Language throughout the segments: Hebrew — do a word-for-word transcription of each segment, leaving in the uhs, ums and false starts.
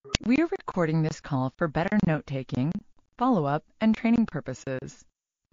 We are recording this call for better note-taking, follow-up, and training purposes.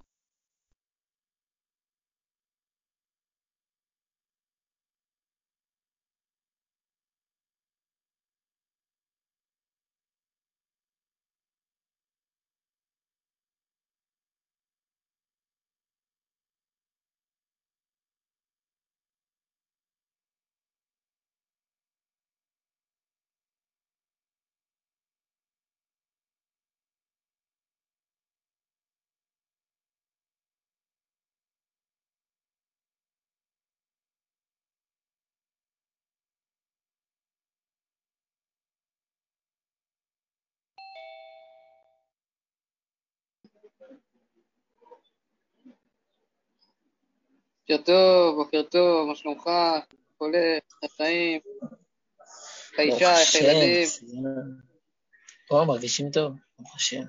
בוקר טוב, בוקר טוב, מה שלומך? הולך, החיים, את האישה, את הילדים. פה מרגישים טוב, ברוך השם.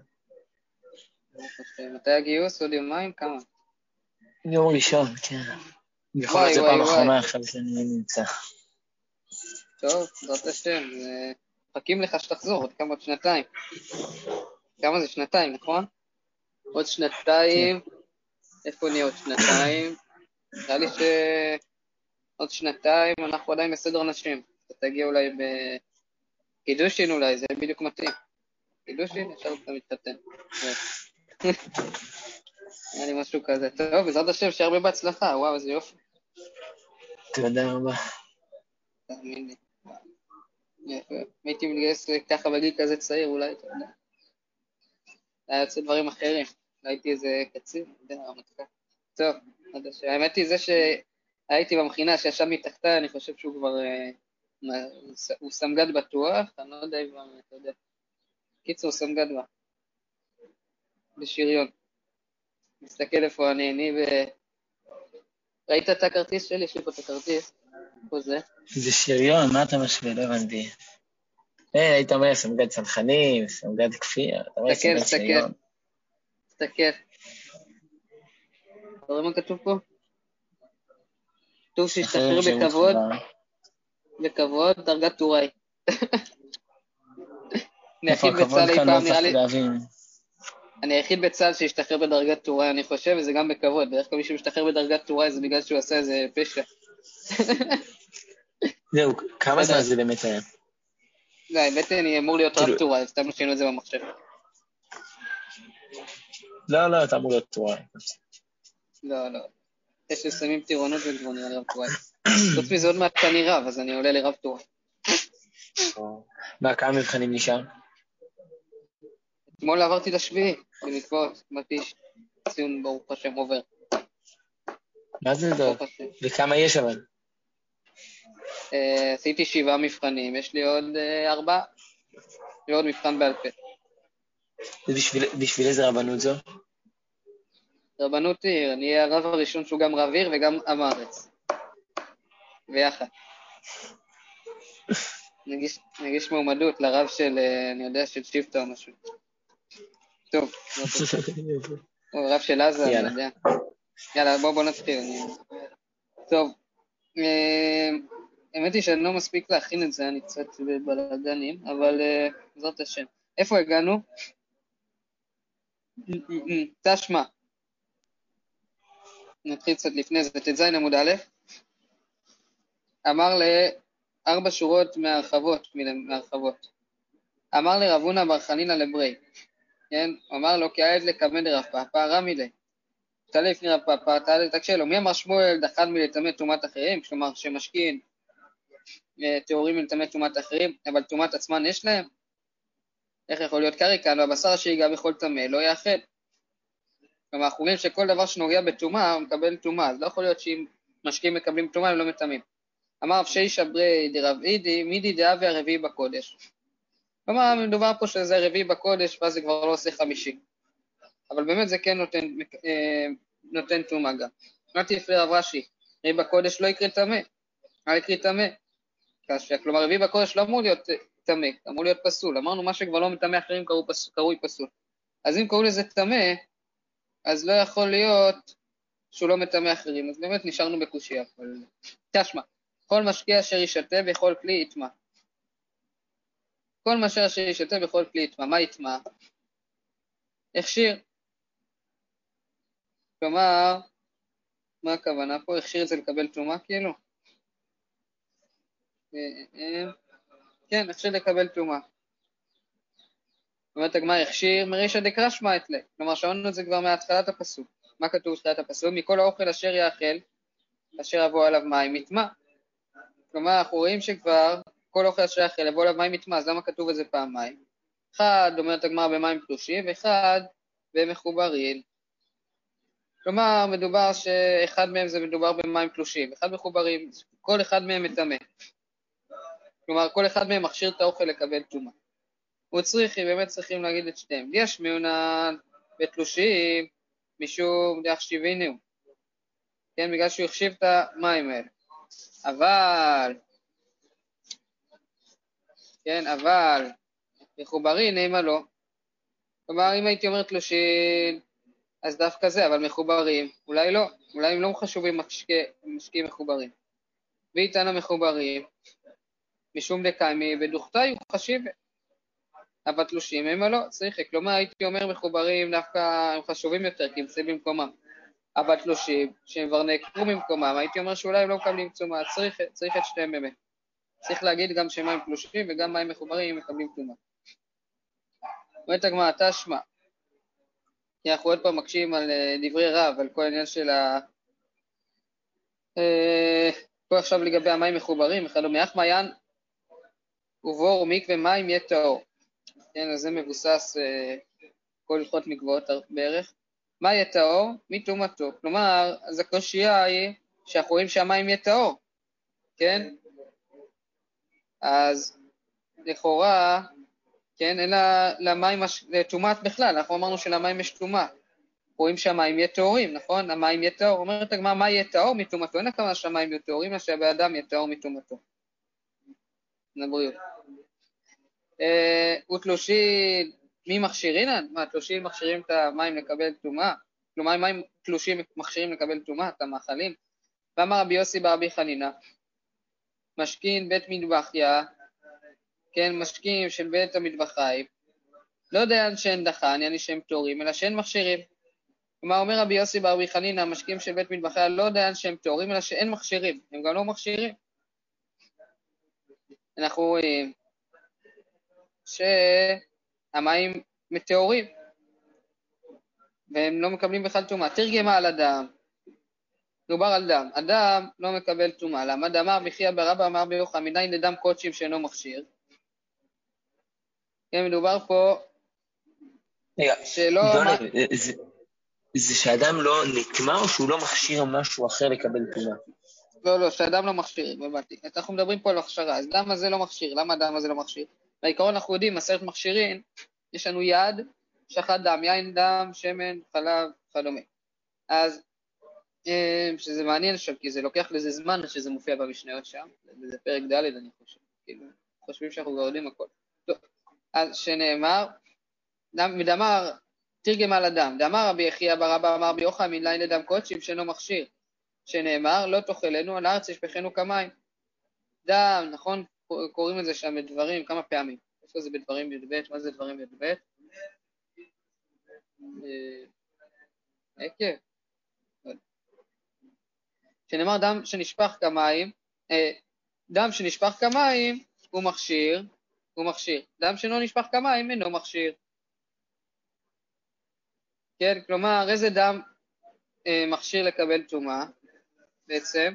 מתי הגיוס? עוד יומיים? כמה? יום ראשון, כן. בכל זאת זה פעם אחרונה עכשיו שאני נמצא. טוב, זאת השם, מחכים לך שתחזור, עוד כמה, עוד שנתיים. כמה זה? שנתיים, נכון? עוד שנתיים, איפה נהיה עוד שנתיים? נראה לי שעוד שנתיים אנחנו עדיין בסדר נשים. אתה תגיע אולי בקידושין אולי, זה בדיוק מתאים. קידושין, אפשר אתה מתחתן. היה לי משהו כזה. טוב, בעזרת השם, שהרבה בהצלחה, וואו, איזה יופי. תודה רבה. תאמין לי. יפה. הייתי מתגייס ככה בגיל כזה צעיר, אולי, אתה יודע. היה יוצא דברים אחרים. הייתי איזה קצין, לא יודע, רמטכ"ל. טוב, האמת היא זה שהייתי במכינה שישב מתחתיי, אני חושב שהוא כבר, הוא סמג"ד בטוח, אני לא יודע אם אתה יודע. קיצור, הוא סמג"ד בה. בשריון. מסתכל איפה אני, אני ו... ראית את הכרטיס שלי? יש לי פה את הכרטיס. איפה זה? זה שריון, מה אתה משווה? לא הבנתי. אה, היית אומר סמג"ד צנחנים, סמג"ד כפיר, אתה אומר סמג"ד שריון. תסתכל. אתה רואה מה כתוב פה? כתוב שהשתחרר בכבוד, בכבוד, דרגת טוראי. אני היחיד בצה"ל אי פעם, נראה לי... אני היחיד בצה"ל שהשתחרר בדרגת טוראי, אני חושב, וזה גם בכבוד. בדרך כלל מי שמשתחרר בדרגת טוראי זה בגלל שהוא עשה איזה פשע. זהו, כמה זמן זה באמת היה? לא, האמת אני אמור להיות רב טוראי, סתם נשינו את זה במחשב. לא, לא, אתה אמור להיות טוראי. לא, לא. יש ששמים טירונות וכבר נראה לי רב טוראי. חוץ מזה עוד מעט אני רב, אז אני עולה לרב טוראי. מה, כמה מבחנים נשאר? אתמול עברתי לשביעי, במקוואות, מטיש, ציון ברוך השם עובר. מה זה טוב? וכמה יש אבל? עשיתי שבעה מבחנים, יש לי עוד ארבעה, יש לי עוד מבחן בעל פה. בשביל איזה רבנות זו? רבנות עיר, אני אהיה הרב הראשון שהוא גם רב עיר וגם עם הארץ. ויחד. נגיש, נגיש מועמדות לרב של, אני יודע, של שבטה או משהו. טוב, או רב של עזה, אני יודע. יאללה, בוא בוא נתחיל. אני... טוב, האמת היא שאני לא מספיק להכין את זה, אני קצת בבלגנים, אבל בעזרת השם. איפה הגענו? תשמע. נתחיל קצת לפני זה, תזיין עמוד א', אמר לארבע שורות מהרחבות, מהרחבות. אמר לרבונה בר חנינא לברי, כן? הוא אמר לו, כי העד לקמא דרב פאפא רע מילי. תעלה לפני רב פאפא, תעלה, תקשה לו, מי אמר שמואל דחל מלטמא טומאת אחרים? כלומר, שמשכין תיאורים מלטמא טומאת אחרים, אבל טומאת עצמן יש להם? איך יכול להיות קרי כאן? והבשר שיגע בכל טמא לא יאכל. כלומר, אנחנו רואים שכל דבר שנוגע בטומאה, הוא מקבל טומאה, אז לא יכול להיות שאם משקיעים מקבלים טומאה, הם לא מטמאים. אמר אבשי שברי דרב אידי, מידי דאבי הרביעי בקודש. כלומר, מדובר פה שזה רביעי בקודש, ואז זה כבר לא עושה חמישי. אבל באמת זה כן נותן, אה, נותן טומאה גם. אמרתי לפני רב רש"י, רביעי בקודש לא יקרה טמא, אל יקרה טמא. כלומר, רביעי בקודש לא אמור להיות טמא, אמור להיות פסול. אמרנו, מה שכבר לא מטמא אחרים קרוי פסול. אז אם קראו לזה טמא, אז לא יכול להיות שהוא לא מטמא אחרים, אז באמת נשארנו בקושיה. תשמע, כל משקיע אשר ישתה בכל כלי יטמא. כל מאשר אשר ישתה בכל כלי יטמע. מה יטמע? הכשיר. כלומר, מה הכוונה פה? הכשיר את זה לקבל טומאה כאילו? כן, הכשיר לקבל טומאה. זאת אומרת, הגמרא הכשיר מרישא דקרא שמע אתלה. כלומר, שמענו את זה כבר מהתחלת הפסוק. מה כתוב בתחילת הפסוק? מכל האוכל אשר יאכל, אשר יבוא עליו מים יטמע. כלומר, אנחנו רואים שכבר כל אוכל אשר יאכל יבוא עליו מים יטמע, אז למה כתוב את זה פעמיים? אחד, אומרת הגמרא במים קדושים, ואחד במחוברים. כלומר, מדובר שאחד מהם זה מדובר במים קדושים, אחד מחוברים, כל אחד מהם מטמא. כלומר, כל אחד מהם מכשיר את האוכל לקבל טומאה. הוא צריכים, באמת צריכים להגיד את שתיהם. יש מעונן בתלושים, משום דאחשיבינו. כן, בגלל שהוא החשיב את המים האלה. אבל, כן, אבל, מחוברים, נעימה לא. כלומר, אם הייתי אומר תלושים, אז דווקא זה, אבל מחוברים, אולי לא. אולי הם לא חשובים משקיעים מחוברים. ואיתנו מחוברים, משום דקיימי בדוכתאי הוא חשיב. אבל תלושים הם לא, צריך, כלומר הייתי אומר מחוברים דווקא הם חשובים יותר, כי הם נמצאים במקומם. אבל תלושים שהם כבר נעקרו ממקומם, הייתי אומר שאולי הם לא מקבלים טומאה, צריך, צריך את שתיהם באמת. צריך להגיד גם שמים תלושים וגם מים מחוברים מקבלים טומאה. אומרת הגמרא, תשמע, כי אנחנו עוד פעם מקשים על דברי רב, על כל העניין של ה... פה עכשיו לגבי המים מחוברים, אחד אומר, איך מעיין ובור מקווה מים יהיה טהור. כן, אז זה מבוסס כל הלכות מקוואות בערך. מה יהיה טהור? מטומאתו. כלומר, אז הקושייה היא שאנחנו רואים שהמים יהיה טהור. כן? אז לכאורה, כן, אלא למים, לטומאת בכלל, אנחנו אמרנו שלמים יש טומאה. רואים שהמים יהיה טהורים, נכון? המים יהיה טהור. אומרת הגמרא, מה יהיה טהור מטומאתו? אין הכוונה שהמים יהיו טהורים, אלא שהאדם יהיה טהור מטומאתו. נבריאות. ותלושין, מי מכשירינן? מה, תלושין מכשירים את המים לקבל טומאה? כלומר, מים תלושים מכשירים לקבל טומאה, את המאכלים? ואמר רבי יוסי ברבי חנינא, משכין בית מטבחיה, כן, משכין של בית המטבחיים, לא דיין שאין דחן, יעני שהם פטורים, אלא שאין מכשירים. כלומר, אומר רבי יוסי ברבי חנינא, משכין של בית מטבחיה, לא דיין שהם פטורים, אלא שאין מכשירים, הם גם לא מכשירים. אנחנו רואים שהמים מטהורים, והם לא מקבלים בכלל טומאה. תרגמה על אדם, דובר על דם, אדם לא מקבל טומאה, למה דאמר בחייא ברבא אמר ביוחנן, מניין לדם קודשים שאינו מכשיר. כן, מדובר פה שלא... זה שאדם לא נטמא או שהוא לא מכשיר משהו אחר לקבל טומאה? לא, לא, שאדם לא מכשיר, בבתי. אנחנו מדברים פה על הכשרה, אז דם הזה לא מכשיר, למה הדם הזה לא מכשיר? בעיקרון אנחנו יודעים, עשרת מכשירים, יש לנו יד, שחט דם, יין דם, שמן, חלב, חלומי. אז, שזה מעניין שם, כי זה לוקח לזה זמן שזה מופיע במשניות שם, זה פרק ד' אני חושב, כאילו, חושבים שאנחנו כבר יודעים הכל. טוב, אז שנאמר, מדאמר, תרגם על הדם, דאמר רבי יחיא ברבא אמר ביוחנן, מניין לדם קודשים שאינו מכשיר. שנאמר, לא תאכלנו על הארץ ישפכנו כמים. דם, נכון? קוראים את זה שם בדברים כמה פעמים. איפה זה בדברים י"ב? מה זה דברים י"ב? עקב. שנאמר, דם שנשפך כמים, דם שנשפך כמים הוא מכשיר, הוא מכשיר. דם שלא נשפך כמים אינו מכשיר. כן, כלומר, איזה דם מכשיר לקבל טומאה? בעצם,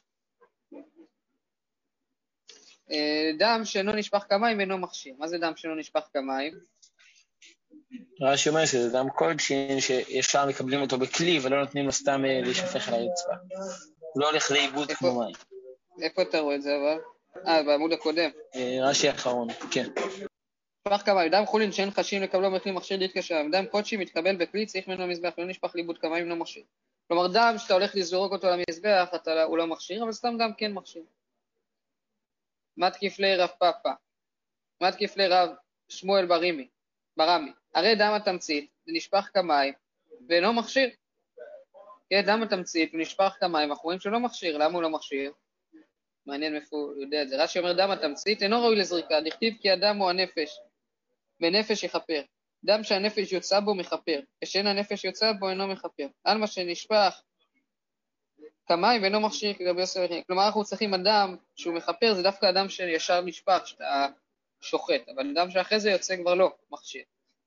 דם שאינו נשפך כמים אינו מכשיר. מה זה דם שאינו נשפך כמים? רש"י אומר שזה דם קודשים שישר מקבלים אותו בכלי ולא נותנים לו סתם להישפך על הרצפה. הוא לא הולך לאיבוד כמו מים. איפה אתה רואה את זה אבל? אה, בעמוד הקודם. רש"י האחרון, כן. נשפך כמים, דם חולין שאין חשים לקבלו בכלי מכשיר להתקשר. דם קודשי מתקבל בכלי, צריך ממנו מזבח, לא נשפך לאיבוד כמים, לא מכשיר. כלומר, דם שאתה הולך לזרוק אותו למזבח, אתה, הוא לא מכשיר, אבל סתם דם כן מכשיר. מתקיף לי רב פאפה, מתקיף לי רב שמואל ברימי, ברמי. הרי דם התמצית, זה נשפך כמים, ואינו מכשיר. כן, דם התמצית, הוא נשפך כמים, אנחנו רואים שהוא לא מכשיר. למה הוא לא מכשיר? מעניין מאיפה הוא יודע את זה. רש"י אומר דם התמצית אינו ראוי לזריקה, דכתיב כי הדם הוא הנפש, בנפש יכפר. דם שהנפש יוצא בו מכפר, כשאין הנפש יוצא בו אינו מכפר. על מה שנשפך כמים ואינו מכשיר כרבי יוסי בן חנינא. כלומר אנחנו צריכים אדם שהוא מכפר, זה דווקא אדם שישר נשפך, שאתה שוחט, אבל אדם שאחרי זה יוצא כבר לא מכשיר.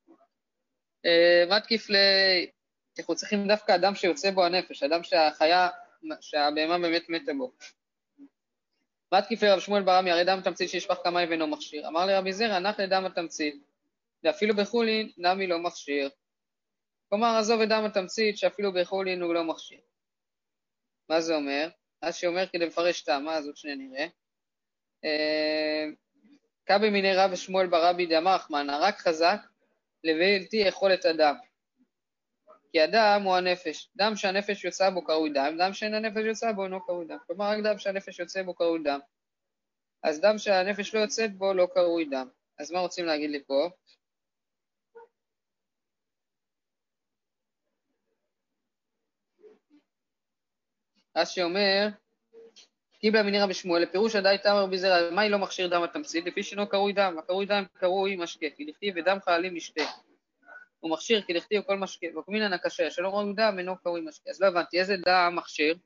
מה תקיף ל... אנחנו צריכים דווקא אדם שיוצא בו הנפש, אדם שהחיה, שהבהמה באמת מתה בו. מה תקיף לרב שמואל ברמי, הרי דם תמצית שישפך כמים ואינו מכשיר. אמר לרבי זרע, הנח לדם התמצית, ואפילו בחולין דמי לא מכשיר. כלומר, עזוב את דם התמצית שאפילו בחולין הוא לא מכשיר. מה זה אומר? אז שאומר כדי לפרש טעמה, אז עוד שנייה נראה. קבי מיני רב שמואל ברבי דאמר רחמנא, רק חזק לבלתי יכול את הדם. כי הדם הוא הנפש. דם שהנפש יוצא בו קרוי דם, דם שאין הנפש יוצא בו אינו קרוי דם. כלומר, רק דם שהנפש יוצא בו קרוי דם. אז דם שהנפש לא יוצאת בו לא קרוי דם. אז מה רוצים להגיד לי פה? אז שאומר, קיבלה מיני רבי שמואל, לפירוש עדיי תמר בזרע, מה היא לא מכשיר דם התמצית? לפי שאינו קרוי דם, הקרוי דם קרוי משקה, כי דכתיב ודם חללים משתה. הוא מכשיר, כי דכתיב כל משקה, וכמינן הקשה, שלא קרוי דם אינו קרוי משקה. אז לא הבנתי, איזה דם מכשיר?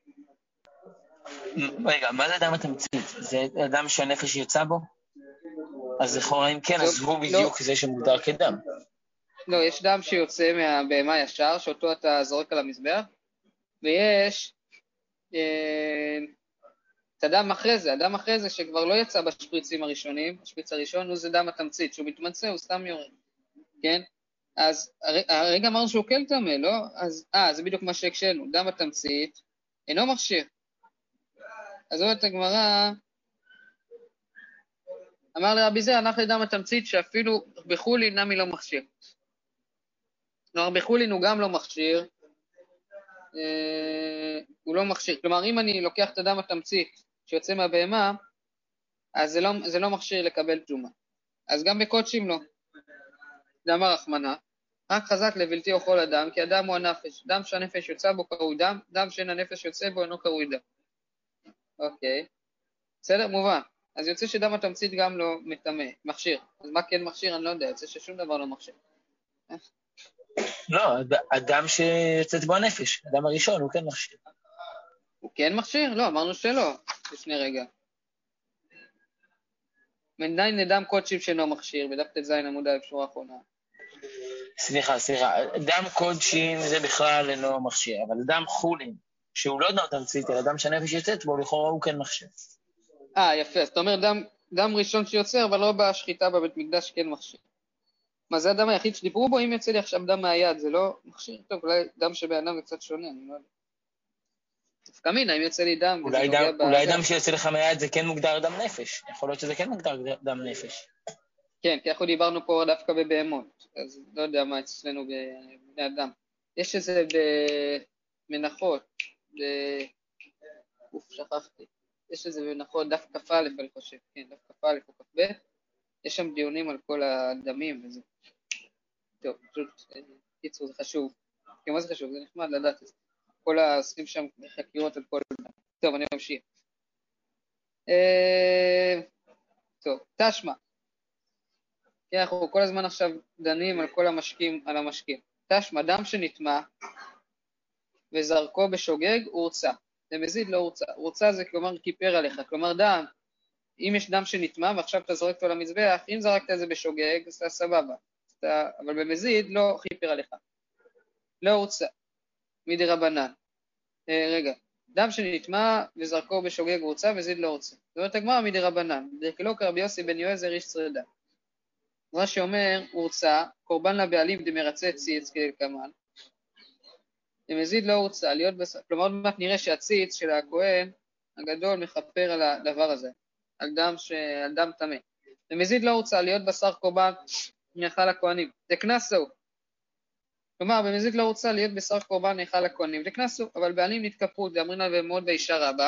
רגע, מה זה דם התמצית? זה הדם שהנפש יוצא בו? אז לכאורה אם כן, אז הוא בדיוק זה שמוגדר כדם. לא, יש דם שיוצא מהבהמה ישר, שאותו אתה זורק על המזבח, ויש את הדם אחרי זה, הדם אחרי זה שכבר לא יצא בשפריצים הראשונים, השפריץ הראשון הוא זה דם התמצית, שהוא מתמצא, הוא סתם יורד, כן? אז הרגע אמרנו שהוא כן טמא, לא? אז, אה, זה בדיוק מה שהקשנו, דם התמצית אינו מכשיר. אז אומרת הגמרא, אמר לרבי זרע, הנח לדם התמצית שאפילו בחולין נמי לא מכשיר. כלומר, בחולין הוא גם לא מכשיר, אה, הוא לא מכשיר. כלומר, אם אני לוקח את הדם התמצית שיוצא מהבהמה, אז זה לא, זה לא מכשיר לקבל תשומה. אז גם בקודשים לא. דם הרחמנה, רק חזק לבלתי אוכל אדם, כי הדם הוא הנפש. דם שהנפש יוצא בו קרוי דם, דם שאין הנפש יוצא בו אינו קרוי דם. אוקיי. בסדר? מובן. אז יוצא שדם התמצית גם לא מטמא, מכשיר. אז מה כן מכשיר? אני לא יודע. יוצא ששום דבר לא מכשיר. לא, הדם שיוצאת בו הנפש, הדם הראשון הוא כן מכשיר. הוא כן מכשיר? לא, אמרנו שלא, לפני רגע. מנין נדם קודשים שאינו מכשיר, בדף ט"ז עמוד א' שורה האחרונה. סליחה, סליחה, דם קודשים זה בכלל אינו מכשיר, אבל דם חולין, שהוא לא דם תמצית, אלא דם שהנפש יוצאת בו, לכאורה הוא כן מכשיר. אה, יפה, אז אתה אומר דם, דם ראשון שיוצר, אבל לא בשחיטה בבית מקדש כן מכשיר. מה זה הדם היחיד שדיברו בו? אם יוצא לי עכשיו דם מהיד, זה לא מכשיר? טוב, אולי דם שבאדם זה קצת שונה, אני לא יודע. דווקא מינה, אם יוצא לי דם, אולי דם, אולי דם שיוצא לך מהיד זה כן מוגדר דם נפש. יכול להיות שזה כן מוגדר דם נפש. כן, כי אנחנו דיברנו פה דווקא בבהמות, אז לא יודע מה אצלנו בבני אדם. יש איזה במנחות, ב... אוף, שכחתי. יש איזה במנחות, דף כ"א אני חושב, כן, דף כ"א או כ"ב. יש שם דיונים על כל הדמים וזה. טוב, פשוט, קיצור, זה חשוב. כי מה זה חשוב? זה נחמד לדעת את זה. כל העושים שם חקירות על כל דם. טוב, אני ממשיך. טוב, תשמע. כי אנחנו כל הזמן עכשיו דנים על כל המשקים, על המשקים. תשמע, דם שנטמע וזרקו בשוגג, הורצה. זה מזיד לא הורצה. הורצה זה כלומר כיפר עליך. כלומר דם, אם יש דם שנטמע ועכשיו אתה זורק אותו למזבח, אם זרקת את זה בשוגג, זה סבבה. אתה, אבל במזיד לא כיפר עליך. לא הורצה. מדי רבנן. אה, רגע. דם שנטמע וזרקו בשוגג הורצה וזיד לא הורצה. זאת אומרת הגמרא מדי רבנן. דרכלו כרבי יוסי בן יועזר איש שרידה. מה שאומר, הורצה, קורבן לבעלים דמרצה ציץ כדלקמן. למזיד לא הורצה, להיות בשר, כלומר עוד מעט נראה שהציץ של הכהן הגדול מכפר על הדבר הזה, על דם, ש... על דם טמא. למזיד לא הורצה, להיות בשר קורבן נאכל הכהנים. זה כנסו. כלומר, במזיד לא הורצה, להיות בשר קורבן נאכל הכהנים. זה כנסו, אבל בעלים נתקפו, דאמרין לה ומאוד ואישה רבה.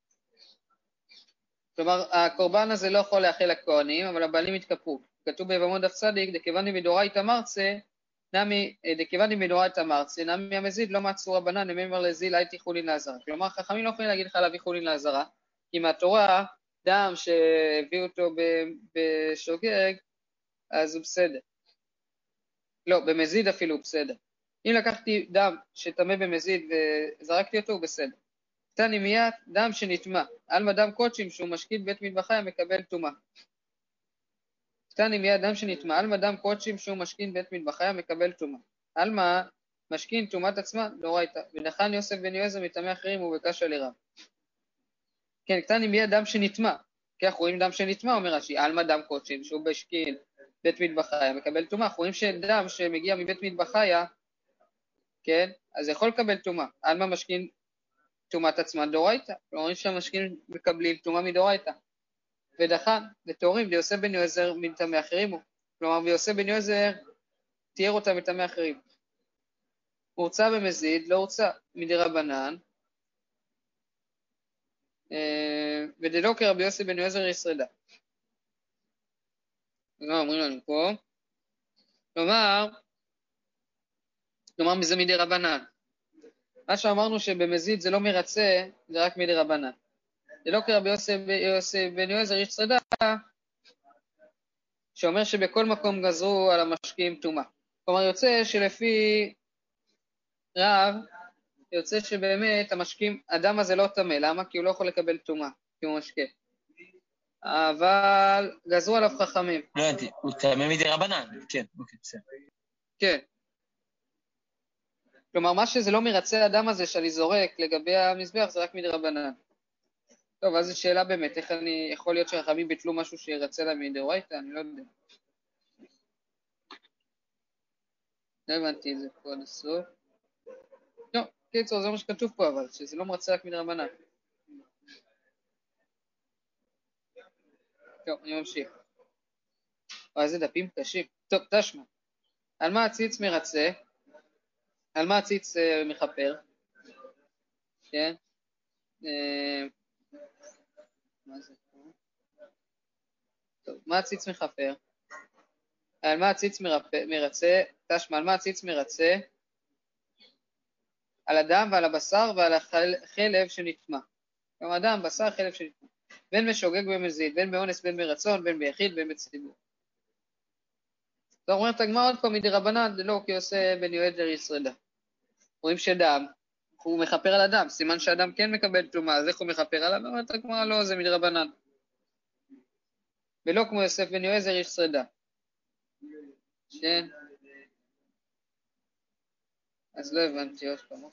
כלומר, הקורבן הזה לא יכול לאכל הכהנים, אבל הבעלים התקפו. כתוב ביבמות דף צדיק, דכיוון דמדאורייתא מרצה, נמי, דכיוון דמדאורייתא מרצה, נמי המזיד לא מצאו רבנן, נאמר לזיל הייתי חולין לעזרה. כלומר, חכמים לא יכולים להגיד לך להביא חולין לעזרה, כי מהתורה, דם שהביא אותו בשוגג, אז הוא בסדר. לא, במזיד אפילו הוא בסדר. אם לקחתי דם שטמא במזיד וזרקתי אותו, הוא בסדר. קטני מיד, דם שנטמא, עלמא דם קודשים שהוא משקיד בית מטבחיה מקבל טומאה. קטני מיד, דם שנטמא, עלמא דם קודשים שהוא משכין בית מטבחיה מקבל טומאה. עלמא משכין טומאת עצמה, דאורייתא, ודחן יוסף בן יועזר מטמא אחרים ובקשה לרב. כן, קטני מיד דם שנטמא, כי אנחנו רואים דם שנטמא, אומר רש"י, עלמא דם קודשים שהוא משכין בית מטבחיה מקבל טומאה. אנחנו רואים שדם שמגיע מבית מטבחיה, כן, אז יכול לקבל טומאה. עלמא משכין טומאת עצמה דאורייתא, כלומר שהמשכין מקבלים טומאה מדאורייתא. ודחן לטהורים ויוסף בן יועזר מטמא אחרים הוא, כלומר ויוסף בן יועזר תיאר אותם מטמא אחרים. הורצה במזיד, לא הורצה מדרבנן, ודלא כרבי יוסף בן יועזר ישרדה. מה אומרים לנו פה? כלומר, כלומר מזה מדרבנן. מה שאמרנו שבמזיד זה לא מרצה, זה רק מדרבנן. דלא כרבי יוסף, יוסף בן יועזר ישרדה, שאומר שבכל מקום גזרו על המשקים טומאה. כלומר יוצא שלפי רב, יוצא שבאמת המשקים, אדם הזה לא טמא, למה? כי הוא לא יכול לקבל טומאה, כי הוא משקה. אבל גזרו עליו חכמים. לא יודעתי, הוא טמא מדרבנן, כן, אוקיי, בסדר. כן. כלומר, מה שזה לא מרצה האדם הזה שאני זורק לגבי המזבח, זה רק מדרבנן. טוב, אז זו שאלה באמת, איך אני, יכול להיות שחכמים ביטלו משהו שירצה להם מדאורייתא? אני לא יודע. לא הבנתי את זה פה עד הסוף. לא, קיצור, זה מה שכתוב פה אבל, שזה לא מרצה רק מדרבנן. טוב, אני ממשיך. אבל זה דפים קשים. טוב, תשמע. על מה הציץ מרצה? על מה הציץ אה, מחפר? כן? אה, מה זה פה? טוב, מה הציץ מחפר? על מה הציץ מרפא, מרצה? תשמע, על מה הציץ מרצה? על הדם ועל הבשר ועל החלב שנטמא. גם הדם, בשר, חלב שנטמא. בין משוגג במזיד, בין באונס, בין ברצון, בין ביחיד, בין בציבור. זאת אומרת, הגמרא עוד פעם מדרבנן, דלא כיוסף בן יועזר ישרדה. רואים שדם, הוא מחפר על הדם, סימן שהאדם כן מקבל טומאה, אז איך הוא מחפר עליו? אומרת הגמרא, לא, זה מדרבנן. ולא כמו יוסף בן יועזר ישרדה. כן. אז לא הבנתי עוד פעם.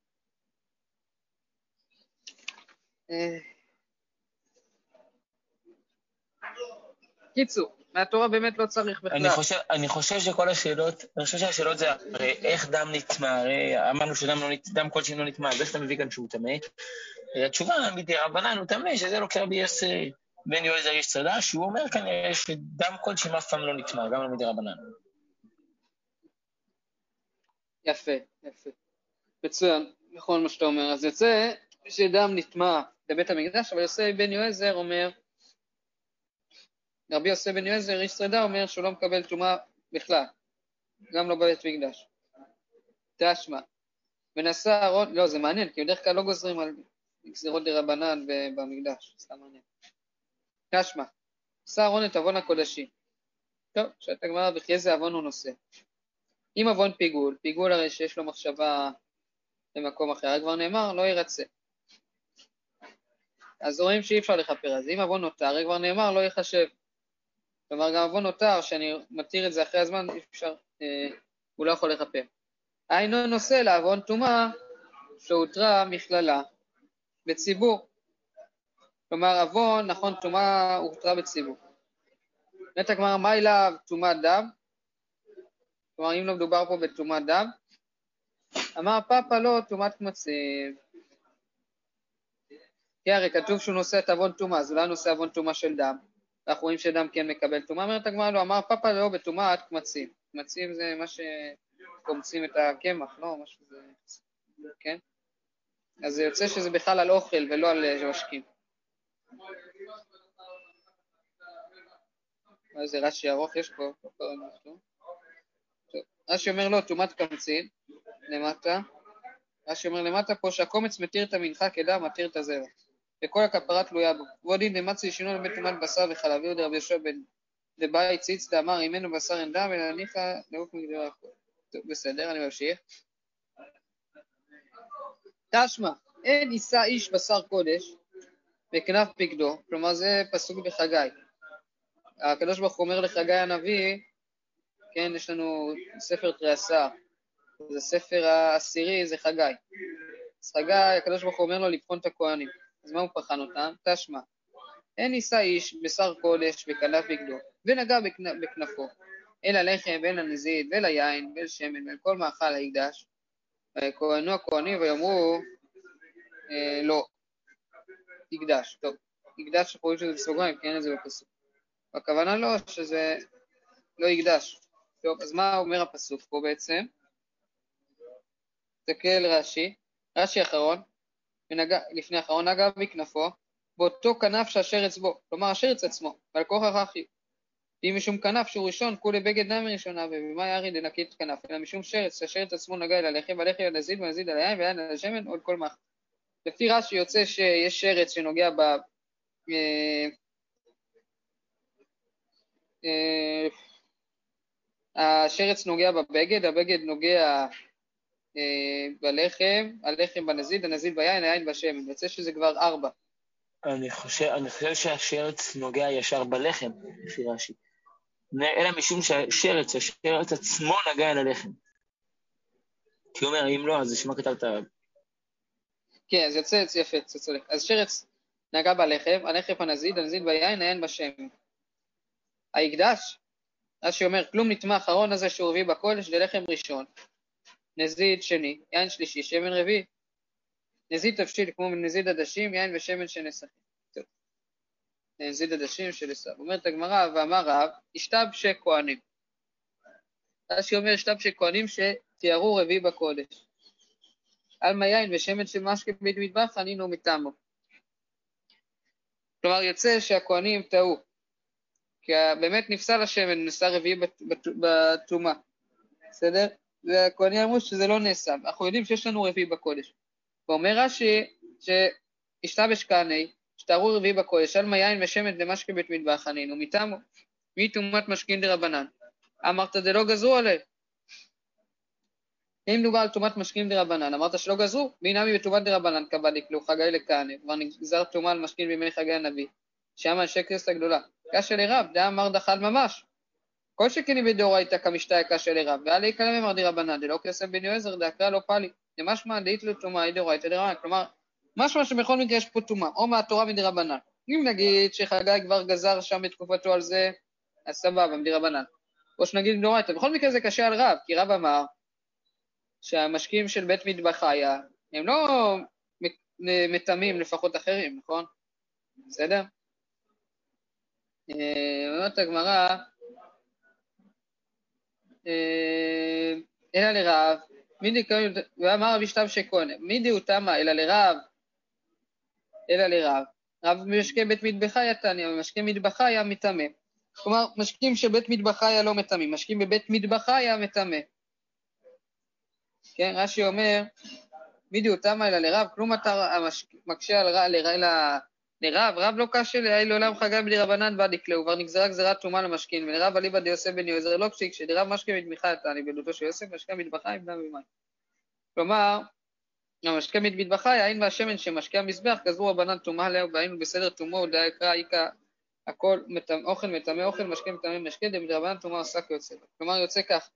קיצור, מהתורה באמת לא צריך בכלל. אני חושב, אני חושב שכל השאלות, אני חושב שהשאלות זה הרי איך דם נטמא, הרי אמרנו שדם לא נטמא, דם כלשהו לא נטמא, זה שאתה מביא כאן שהוא טמא. התשובה מדרבנן הוא טמא, שזה לא כרבי יוסף בן יועזר ישרדה, שהוא אומר כנראה שדם כלשהו אף פעם לא נטמא, גם לא מדרבנן. יפה, יפה. מצוין, נכון מה שאתה אומר. אז יוצא שדם נטמא בבית המקדש, אבל יוסף בן יועזר אומר, רבי יוסף בן יועזר ישרדה אומר שהוא לא מקבל טומאה בכלל, גם לא בבית מקדש. תשמע, ונשא אהרון, לא, זה מעניין, כי בדרך כלל לא גוזרים על גזירות דרבנן במקדש, סתם מעניין. תשמע, נשא אהרון את עוון הקודשים. טוב, שאתה גמרא וכי איזה עוון הוא נושא. אם עוון פיגול, פיגול הרי שיש לו מחשבה במקום אחר, כבר נאמר, לא ירצה. אז רואים שאי אפשר לכפר על זה. אם עוון נותר, כבר נאמר, לא יחשב. כלומר, גם עוון נותר, שאני מתיר את זה אחרי הזמן, אי אפשר, אה, הוא לא יכול לכפר. היינו נושא לעוון טומאה, שהותרה מכללה בציבור. כלומר, עוון, נכון, טומאה הותרה בציבור. נתק כלומר, מה אליו טומאת דם? כלומר, אם לא מדובר פה בטומאת דם, אמר פאפה לא, טומאת קמצים. כי הרי כתוב שהוא נושא את עוון טומאה, אז אולי נושא עוון טומאה של דם. אנחנו רואים שדם כן מקבל טומאה, אומרת הגמרא לא, אמר פאפה לא בטומאת קמצים. קמצים זה מה שקומצים את הקמח, לא? משהו זה, כן? אז זה יוצא שזה בכלל על אוכל ולא על משקים. איזה רש"י ארוך יש פה, פה קראנו אותו. טוב, רש"י אומר לו, טומאת קמצין, למטה. רש"י אומר למטה פה שהקומץ מתיר את המנחה כדם, מתיר את הזרע. וכל הכפרה תלויה בו. ועודין דמצי ישינו לבית טומאת בשר וחלב, ויהודה רבי יהושע בן דבאי ציץ דאמר, אם אינו בשר אין דם, אלא ניחא לעוף מגדרי הכל. טוב, בסדר, אני ממשיך. תשמע, אין יישא איש בשר קודש בכנף בגדו, כלומר זה פסוק בחגי. הקדוש ברוך הוא אומר לחגי הנביא, כן, יש לנו ספר תריעשר, זה ספר העשירי, זה חגי. אז חגי, הקדוש ברוך הוא אומר לו לבחון את הכהנים. אז מה הוא בחן אותם? תשמע, אין יישא איש בשר קודש בכנף בגדו, ונגע בכנף, בכנפו, אל הלחם ואל הנזיד ואל היין ואל שמן ואל כל מאכל ההקדש. וכהנו הכהנים ויאמרו, אה, לא, יקדש. טוב, יקדש שחורים שזה בסוגריים, כי אין את זה בפסוק. הכוונה לא שזה לא יקדש. טוב, אז מה אומר הפסוק פה בעצם? תסתכל רש"י, רש"י אחרון, ונגע, לפני האחרון נגע בכנפו, באותו כנף שהשרץ בו, כלומר השרץ עצמו, ועל כוח הכי. אם משום כנף שהוא ראשון, כולי בגד דם ראשונה, ובמה ירי לנקית כנף, אלא משום שרץ, שהשרץ עצמו נגע אל הלחם, והלחם אל הנזיד, והנזיד על היין, והיין על השמן, עוד כל מאכל. לפי רש"י יוצא שיש שרץ שנוגע ב... אה, אה, השרץ נוגע בבגד, הבגד נוגע אה, בלחם, הלחם בנזיד, הנזיד ביין, היין בשמן. יוצא שזה כבר ארבע. אני חושב, אני חושב שהשרץ נוגע ישר בלחם, לפי רש"י. אלא משום שהשרץ, השרץ עצמו נגע אל הלחם. כי הוא אומר, אם לא, אז לשמה כתבת... כן, אז יוצא יפה, זה צודק. אז שרץ נגע בלחם, הלחם הנזיד, הנזיד ביין, היין בשמן. ההקדש, אז שאומר, כלום נטמע האחרון הזה שהוא רביעי בקודש, זה לחם ראשון, נזיד שני, יין שלישי, שמן רביעי, נזיד תבשיל כמו נזיד עדשים, יין ושמן שנסכים. טוב. נזיד עדשים של עשיו. אומרת הגמרא, ואמר רב, השתבשי כהנים. אז שאומר, השתבשי כהנים שתיארו רביעי בקודש. על יין ושמן של משקה בית מטבח, ענינו מטעמו. כלומר, יוצא שהכהנים טעו. כי באמת נפסל השמן, נעשה רביעי בטומאה. בסדר? והכהנים אמרו שזה לא נעשה. אנחנו יודעים שיש לנו רביעי בקודש. ואומר רש"י שהשתבש כהני, שתארו רביעי בקודש, על יין ושמן למשקה בית מטבח, ענינו מטעמו. מי טומאת משכין דרבנן? אמרת זה לא גזרו עליהם. אם דובר על טומאת משכין דרבנן, אמרת שלא גזרו, והנה בטומאת דרבנן קבע דקלו חגי לכהני, כבר נגזר טומאה על משכין בימי חגי הנביא, שם אנשי כנסת הגדולה. קשה לרב, דה אמר דחל ממש. כל שכני בדאורייתא כמשתא קשה לרב, ואל יקלם אמר דרבנן, דלא כסף בן יועזר, דאקרא לא פלי. למשמע דאית לו טומאה דאורייתא דרבנן, כלומר, משמע שבכל מקרה יש פה טומאה, או מהתורה מדרבנן. אם נגיד שחגי כבר גזר שם בתקופתו על זה, אז סבבה, מדרבנן. או שנגיד דאורייתא, בכל מקרה זה קשה על רב, כי רב אמר שהמשקים של בית מטבחיה הם לא מטמאים לפחות אחרים, נכון? בסדר? אומרת הגמרא, אלא לרב, ואמר רבי השתבשי כהנים, מי דאותמה אלא לרב, אלא לרב, רב משקי בית מטבחיה תניא, ומשקי מטבחיה מטמא. כלומר, משקים של בית מטבחיה לא מטמאים, משקים בבית מטבחיה מטמא. כן, רש"י אומר, מידי אותמה אלא לרב, כלום אתה מקשה על לרב, רב לא קשה לאי לעולם חגי בדרבנן ועד יקלעו, כבר נגזרה גזרת טומאה למשכין, ולרב אליבא דיוסף בן יועזר לא פסיק, שדרב משקה מטבחה תני, בדותו של יוסף משקה מטבחה עם דם ומים. כלומר, המשקה מטבחה העין והשמן שמשקה המזבח, גזרו רבנן טומאה עליהו, והיינו בסדר טומאה, ודאי יקרא איקה, הכל אוכל מטמא אוכל, משקה מטמא משקה, דרבנן טומאה עושה כיוצא. כלומר, יוצא כך.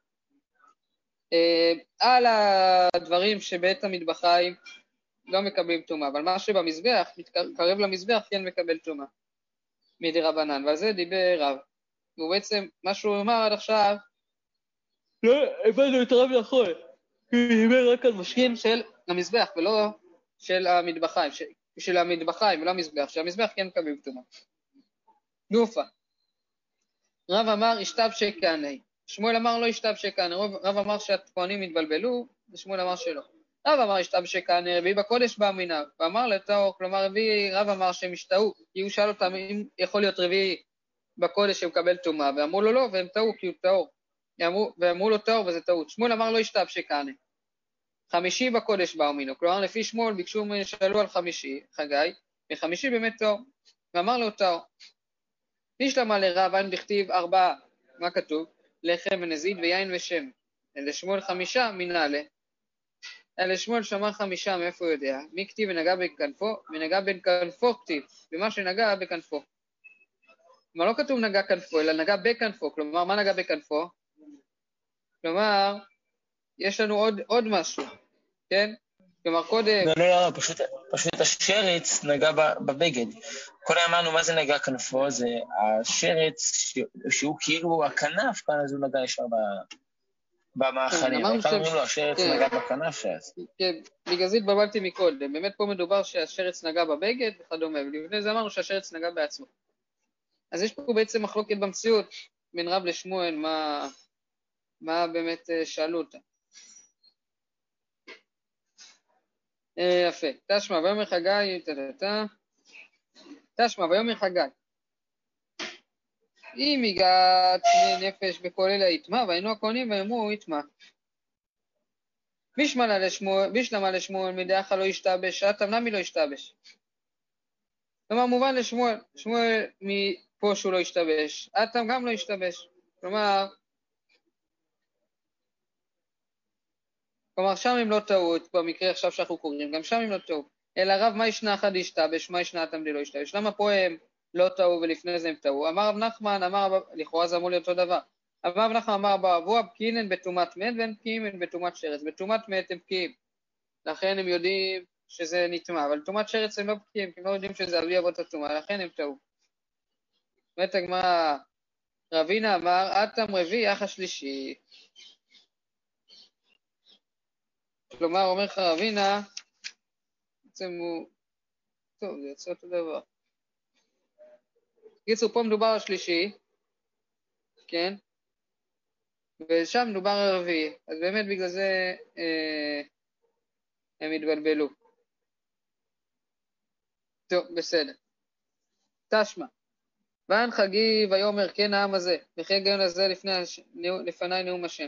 על הדברים שבית המטבחיים לא מקבלים טומאה, אבל מה שבמזבח, מתקרב למזבח, כן מקבל טומאה מדרבנן, ועל זה דיבר רב. ובעצם מה שהוא אמר עד עכשיו, לא הבנו את רב נכון, כי הוא דיבר רק על משכין של המזבח ולא של המטבחיים, של המטבחיים ולא המזבח, שהמזבח כן מקבל טומאה. גופה. רב אמר, השתבשי כהני. שמואל אמר לא השתבשי כהני, רב אמר שהכהנים התבלבלו, ושמואל אמר שלא. רב אמר השתבשי כהני, רביעי בקודש בא מינה, ואמר לטהור, כלומר רביעי, רב אמר שהם השתהו, כי הוא שאל אותם אם יכול להיות רביעי בקודש שמקבל טומאה, ואמרו לו לא, והם טעו כי הוא טהור. ואמרו לו טהור וזה טעות. שמואל אמר לא השתבשי כהני. חמישי בקודש בא מינה, כלומר לפי שמואל ביקשו שאלו על חמישי, חגי, וחמישי באמת טהור. ואמר לו טהור. נשלמה לרב, אין בכתיב ארבעה. מה כתוב? לחם ונזיד ויין ושם. לשמואל חמישה מנהלה. לשמואל שמע חמישה, מאיפה הוא יודע? מי כתיב ונגע בכנפו? ונגע בין כנפו כתיב, ומה שנגע בכנפו. כלומר, לא כתוב נגע כנפו, אלא נגע בכנפו. כלומר, מה נגע בכנפו? כלומר, יש לנו עוד, עוד משהו, כן? כלומר, קודם... לא, לא, לא, פשוט, פשוט השרץ נגע בבגד. קודם אמרנו מה זה נגע כנפו, זה השרץ ש... שהוא כאילו הכנף, כאן אז הוא נגע ישר במאכלים. כן, וכאן אומרים לו, השרץ כן. נגע בכנף שאז. כן, בגלל זה התבלבלתי מקודם. באמת פה מדובר שהשרץ נגע בבגד וכדומה, ולפני זה אמרנו שהשרץ נגע בעצמו. אז יש פה בעצם מחלוקת במציאות בין רב לשמואל, מה, מה באמת שאלו אותה. יפה. תשמע, ויאמר חגי, תשמע, ויאמר חגי. אם הגעת נפש בכל אלה יתמה, והיינו הכהנים ויאמרו יתמה. בישלמה לשמואל, מדעך לא ישתבש, אתם נמי לא ישתבש. כלומר, מובן לשמואל, שמואל מפה שהוא לא ישתבש, אתם גם לא ישתבש. כלומר, כלומר, שם הם לא טעות, במקרה עכשיו שאנחנו קוראים, גם שם הם לא טעות. אלא רב, מה ישנה אחד ישתבש, מה ישנה אתם די לא ישתבש? למה פה הם לא טעו ולפני זה הם טעו? אמר רב נחמן, אמר, לכאורה זה אמור להיות אותו דבר. אמר רב נחמן, אמר באבוה, בקיאים הן בתומת מת והן בקיאים הן בתומת שרץ. בתומת מת הם בקיאים, לכן הם יודעים שזה נטמע, אבל תומת שרץ הם לא בקיאים, כי הם לא יודעים שזה אבי אבות התומה, לכן הם טעו. באמת הגמרא, רבינה אמר, אתם רביעי אח השלישי. כלומר, אומר לך רבינה, בעצם הוא, טוב, זה יוצא אותו דבר. קיצור, פה מדובר על שלישי, כן? ושם מדובר על רביעי, אז באמת בגלל זה אה, הם התבלבלו. טוב, בסדר. תשמע, ואן חגי ויאמר כן העם הזה, וכי הגיון הזה לפני, לפני נאום השם.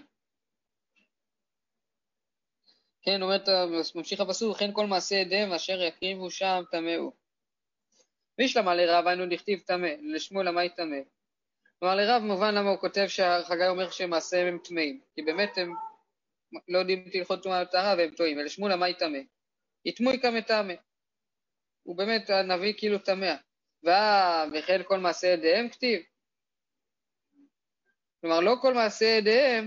כן, אומרת, ממשיך הפסוק, וכן כל מעשה ידיהם אשר יקריבו שם טמאו. וישלמה לרב, היינו לכתיב טמא, לשמואל למה יטמא. כלומר, לרב מובן למה הוא כותב שהחגי אומר שמעשיהם הם טמאים, כי באמת הם לא יודעים תלכות טומאה וטהרה והם טועים, ולשמואל למה יטמא. יטמאו כמה טמא. הוא באמת הנביא כאילו טמא. ואה, וכן כל מעשה ידיהם כתיב. כלומר, לא כל מעשה ידיהם,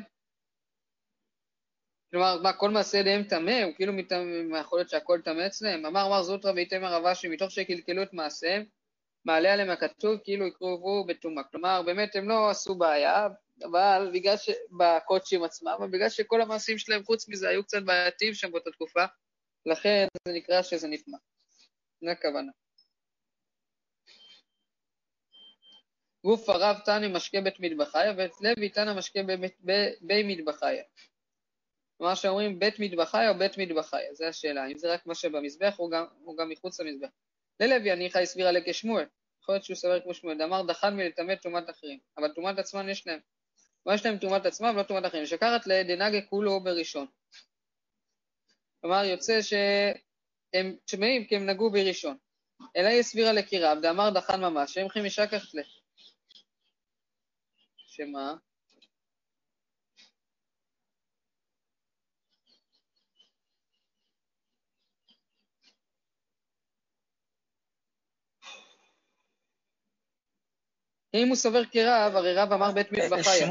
כלומר, מה, כל מעשה ידיהם טמא, הוא כאילו יכול להיות שהכל טמא אצלם. אמר מר זוטרא ואיתמר רבה שמתוך שקלקלו את מעשיהם, מעלה עליהם הכתוב כאילו יקרבו בטומאה. כלומר, באמת הם לא עשו בעיה, אבל בגלל שבקודשים עצמם, אבל בגלל שכל המעשים שלהם חוץ מזה היו קצת בעייתיים שם באותה תקופה, לכן זה נקרא שזה נטמא. זה הכוונה. גוף הרב תני משקה בית מטבחיה, ואת לוי תנא משקה בי מטבחיה. כלומר שאומרים בית מטבחיה או בית מטבחיה, זה השאלה. אם זה רק מה שבמזבח, הוא גם, הוא גם מחוץ למזבח. ללוי הניחא הסבירה לה כשמואל. יכול להיות שהוא סבר כמו שמואל. דאמר דחן מלטמא תומת אחרים. אבל תומת עצמן יש להם. מה יש להם תומת עצמם ולא תומת אחרים. שקחת לדנגה כולו בראשון. כלומר יוצא שהם טמאים כי הם נגעו בראשון. אלא היא הסבירה לקירב. דאמר דחן ממש. שהם חמישה כחת לה. שמה? אם הוא סובר כרב, הרי רב אמר בית מטבחיה.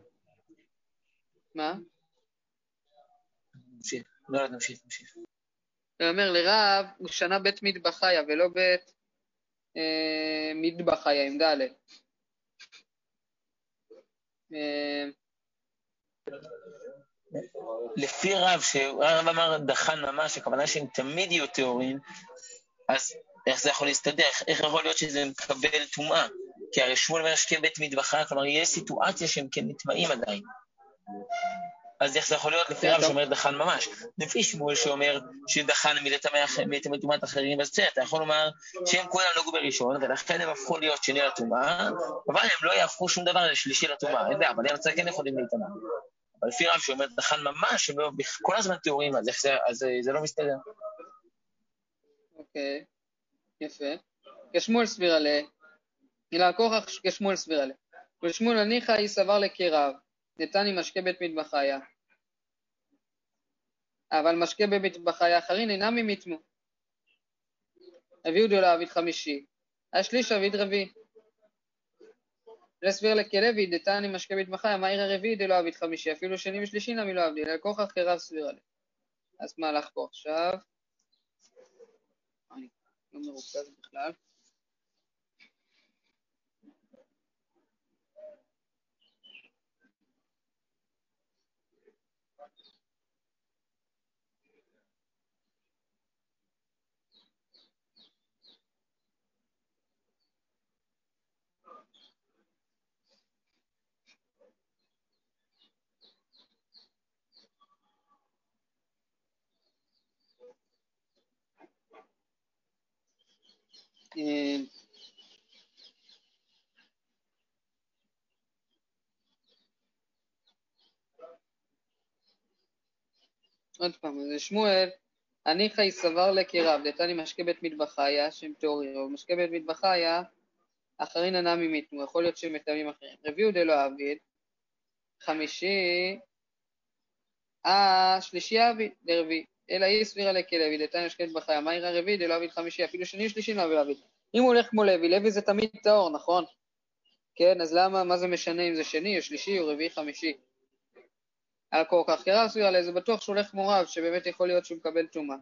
מה? נמשיך, לא, נמשיך, נמשיך. הוא אומר לרב, הוא שנה בית מטבחיה ולא בית אה, מטבחיה, עם ד'. אה... לפי רב, שהרב אמר דחן ממש, הכוונה שהם תמיד יהיו טהורים, אז איך זה יכול להסתדר? איך יכול להיות שזה מקבל טומאה? כי הרי שמואל אומר שכן בית מטבחיה, כלומר יש סיטואציה שהם כן נטמאים עדיין. אז איך זה יכול להיות לפי רב שאומר דחן ממש? לפי שמואל שאומר שדחן מלטמא טומאת אחרים, אז בסדר, אתה יכול לומר שהם כולם נגעו בראשון, ולכן הם הפכו להיות שני לטומאה, אבל הם לא יהפכו שום דבר לשלישי לטומאה, אין יודע, אבל הם הצד כן יכולים להיטמא. אבל לפי רב שאומר דחן ממש, הם כל הזמן טהורים, אז זה לא מסתדר. אוקיי. יפה. כשמואל סבירה ל... אלא כוכך כשמואל סבירה ל... ולשמואל הניחא היא סבר לקרב, נתני משקה בית מטבחיה. אבל משקה בבית מטבחיה אחרין אינם ממיתמו. הביאו דולא עביד חמישי, השליש עביד רביעי. לסביר לכלבי, דתני משקה בית מטבחיה, מהיר הרביעי דלא עביד חמישי, אפילו שני ושלישי נמי לא עבדי, אלא כוכך כרב סבירה ל... אז מה הלך פה עכשיו? אני לא מרוכז בכלל. עוד פעם, אז שמואל, הניחא היא סבר לקרב, דתני משקה בית מטבחיה, שהם תיאורים, אבל משקה בית מטבחיה, אחרין אינם מיתנו, יכול להיות שהם מטעמים אחרים. רביעו דלא עביד, חמישי, אה, שלישי עביד, דרביעי, אלא היא סבירה לכלבי, דתני משקה בית מטבחיה, מהיר הרביעי דלא עביד חמישי, אפילו שני ושלישי לא עביד. אם הוא הולך כמו לוי, לוי זה תמיד טהור, נכון? כן, אז למה, מה זה משנה אם זה שני או שלישי או רביעי חמישי? על כל כך כרב סבירה ל... זה בטוח שהוא הולך כמו רב, שבאמת יכול להיות שהוא מקבל טומאה.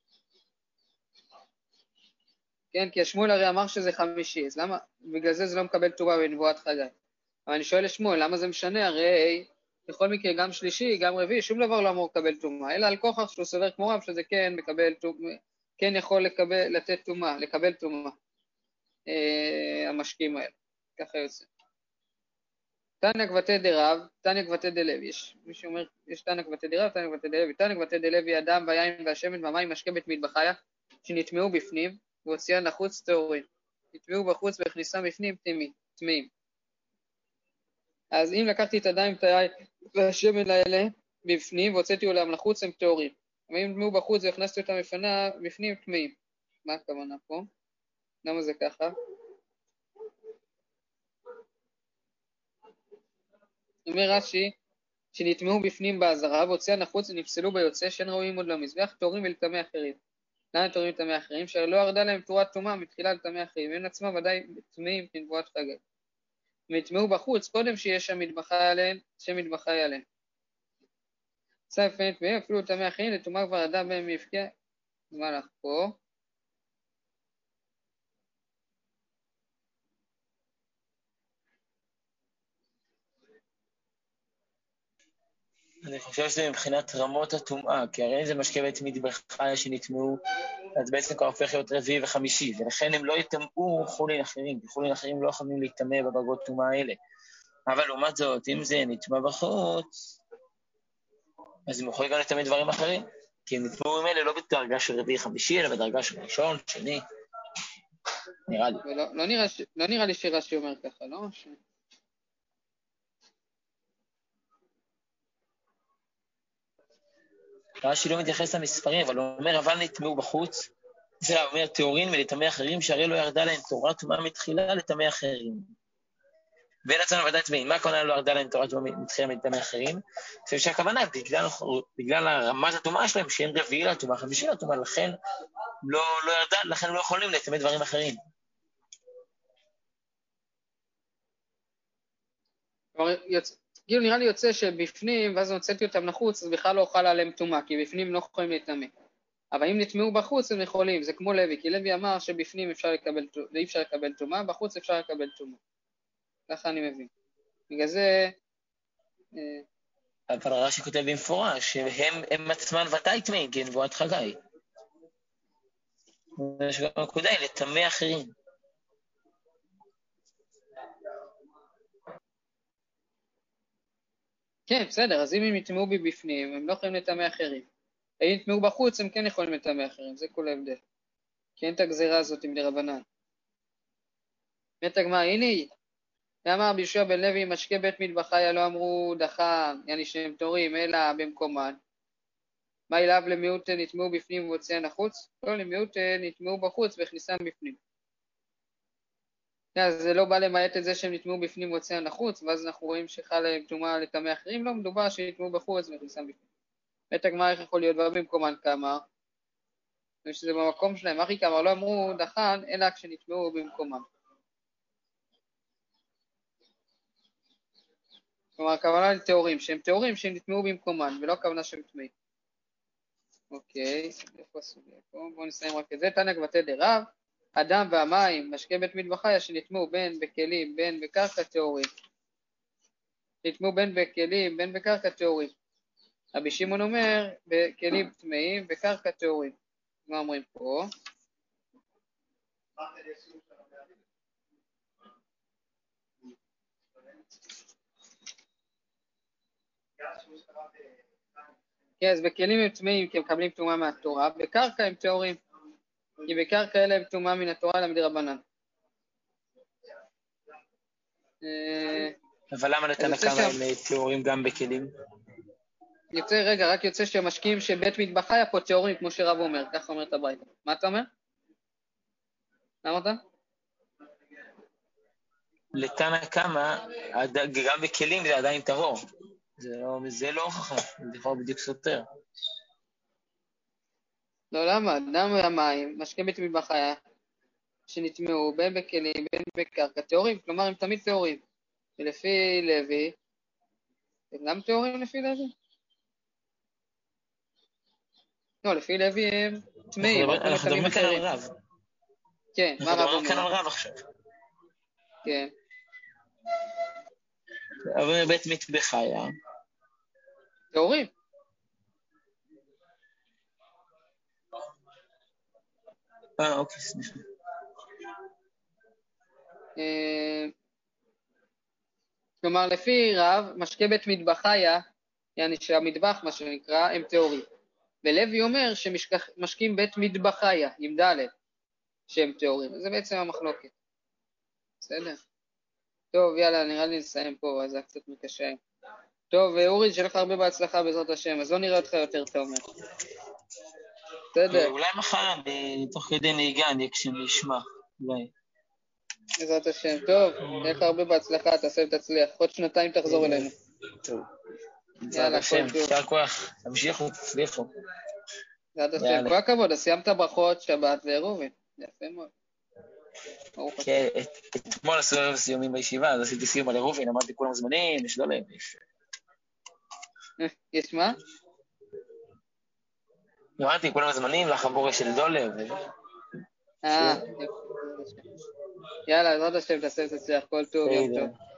כן, כי השמואל הרי אמר שזה חמישי, אז למה, בגלל זה זה לא מקבל טומאה בנבואת חגי. אבל אני שואל לשמואל, למה זה משנה? הרי בכל מקרה גם שלישי, גם רביעי, שום דבר לא אמור לקבל טומאה, אלא על כוכך שהוא סובר כמו רב, שזה כן מקבל טומאה, כן יכול לקבל, לתת טומאה, לקבל טומאה, אה, המשקיעים האלה, ככה יוצא. תניא גבתי דרב, תניא גבתי דלוי, יש מי שאומר, יש תניא גבתי דרב, תניא גבתי דלוי, תניא גבתי דלוי, הדם והיין והשמן והמים משקה בית מטבחיה, שנטמעו בפנים, והוציאן לחוץ טהורים. נטמעו בחוץ והכניסם בפנים טמאים. אז אם לקחתי את הדם והשמן האלה בפנים, והוצאתי אותם לחוץ, הם טהורים. אבל אם נטמעו בחוץ והכנסתי אותם בפנים, טמאים. מה הכוונה פה? למה זה ככה? אומר רש"י, שנטמעו בפנים בעזרה, והוציאן לחוץ ונפסלו ביוצא, שאין ראויים עוד למזבח, טהורים ולטמא אחרים. למה טהורים לטמא אחרים? שהרי לא ירדה להם תורת טומאה מתחילה לטמא אחרים, הם עצמם ודאי טמאים כנבואת חגי. הם יטמעו בחוץ קודם שיש שם מטבחי עליהם, שם מטבחי עליהם. סף אין טמאים, אפילו טמא אחרים, לטומאה כבר ירדה בהם מהפקיע. מה הלך פה? אני חושב שזה מבחינת רמות הטומאה, כי הרי אם זה משקה בית מטבחיה שנטמעו, אז בעצם כבר הופך להיות רביעי וחמישי, ולכן הם לא יטמאו חולין אחרים, כי חולין אחרים לא יכולים להטמא בדרגות טומאה האלה. אבל לעומת זאת, אם זה נטמא בחוץ, אז הם יכולים גם לטמא דברים אחרים, כי הם נטמאו עם אלה לא בדרגה של רביעי חמישי, אלא בדרגה של ראשון, שני, נראה לי. ולא, לא נראה, לא נראה לי שרש"י אומר ככה, לא? ש... רש"י לא מתייחס למספרים, אבל הוא אומר, אבל נטמאו בחוץ, זה אומר טהורין ולטמא אחרים, שהרי לא ירדה להם תורת טומאה מתחילה לטמא אחרים. ואין עצמם ודאי טמאים, מה הכוונה לא ירדה להם תורת טומאה מתחילה לטמא אחרים? אני חושב שהכוונה, בגלל, בגלל רמת הטומאה שלהם, שהם רביעי לטומאה, חמישי לטומאה, לכן לא, לא ירדה, לכן הם לא יכולים לטמא דברים אחרים. כאילו נראה לי יוצא שבפנים, ואז הוצאתי אותם לחוץ, אז בכלל לא אוכל עליהם טומאה, כי בפנים לא יכולים לטמא. אבל אם נטמעו בחוץ הם יכולים, זה כמו לוי, כי לוי אמר שבפנים אפשר לקבל, אי אפשר לקבל טומאה, בחוץ אפשר לקבל טומאה. ככה אני מבין. בגלל זה... אבל רש"י כותב במפורש, שהם הם עצמם ודאי טמאים, כי נבואת חגי. יש גם נקודה, לטמא אחרים. כן, בסדר, אז אם הם יטמעו בי בפנים, הם לא יכולים לטמא אחרים. אם יטמעו בחוץ, הם כן יכולים לטמא אחרים, זה כל ההבדל. כי אין את הגזירה הזאת עם דרבנן. מת הגמרא, הנה היא. ואמר רבי יהושע בן לוי, משקה בית מטבחיה לא אמרו דחה, יעני שהם תורים, אלא במקומן. מה אליו למיעוט נטמעו בפנים והוציאן החוץ? לא, למיעוט נטמעו בחוץ והכניסם בפנים. אז זה לא בא למעט את זה שהם נטמעו בפנים והוציאן החוץ, ואז אנחנו רואים שחל להם טומאה לטמא אחרים, לא מדובר שנטמעו בחוץ והכניסם בפנים. בית הגמרא איך יכול להיות בא במקומן כאמר? ושזה במקום שלהם, אחי כאמר לא אמרו דחן, אלא כשנטמעו במקומם. כלומר, הכוונה לתיאורים, שהם תיאורים שהם נטמעו במקומן, ולא הכוונה שהם טמאים. אוקיי, איפה הסוגיה פה? בואו נסיים רק את זה. תנא כבתי דרב, הדם והמים, משקה בית מטבחיה, שנטמעו בין בכלים, בין בקרקע טהורים. נטמעו בין בכלים, בין בקרקע טהורים. רבי שמעון אומר, בכלים טמאים, בקרקע טהורים. מה אומרים פה? כן, אז בכלים הם טמאים כי הם מקבלים טומאה מהתורה, בקרקע הם טהורים, כי בקרקע אלה הם טומאה מן התורה למדי רבנן. אבל למה נתנא קמא הם טהורים גם בכלים? יוצא, רגע, רק יוצא שהמשקיעים של בית מטבחיה פה טהורים, כמו שרב אומר, ככה אומרת הברייתא. מה אתה אומר? מה אמרת? לתנא קמא, גם בכלים זה עדיין טהור. זה לא, זה לא הוכחה, זה יכול בדיוק סותר. לא, למה? דם והמים, משקה בית מטבחיה, שנטמעו בין בכלים, בין בקרקע, טהורים, כלומר הם תמיד טהורים. ולפי לוי, הם גם טהורים לפי לוי? לא, לפי לוי הם טמאים. אנחנו מדברים כאן על רב. כן, מה רב אומר? אנחנו מדברים כאן על רב עכשיו. כן. אבל בית מטבחיה. טהורים. אה, אוקיי, סליחה. כלומר, לפי רב, משקה בית מטבחיה, יעני שהמטבח, מה שנקרא, הם טהורים. ולוי אומר שמשקים בית מטבחיה, עם ד' שהם טהורים. זה בעצם המחלוקת. בסדר? טוב, יאללה, נראה לי נסיים פה, אז זה קצת מקשה. טוב, אורי, שיהיה לך הרבה בהצלחה בעזרת השם, אז לא נראה אותך יותר טוב. בסדר. אולי מחר, תוך כדי נהיגה, אני כשנשמע, אולי. בעזרת השם, טוב, יהיה לך הרבה בהצלחה, תעשה ותצליח. עוד שנתיים תחזור אלינו. טוב. בעזרת השם, יישר כוח, תמשיכו, תצליחו. בעזרת השם, כל הכבוד, אז סיימת ברכות, שבת ועירובין. יפה מאוד. כן, אתמול עשו סיומים בישיבה, אז עשיתי סיום על עירובין, אמרתי כולם זמנים, יש דולב. יש מה? אמרתי כולם זמנים לחבורה של דולב. אה, יאללה, בעזרת השם, תעשה ותצליח, כל טוב, יום טוב.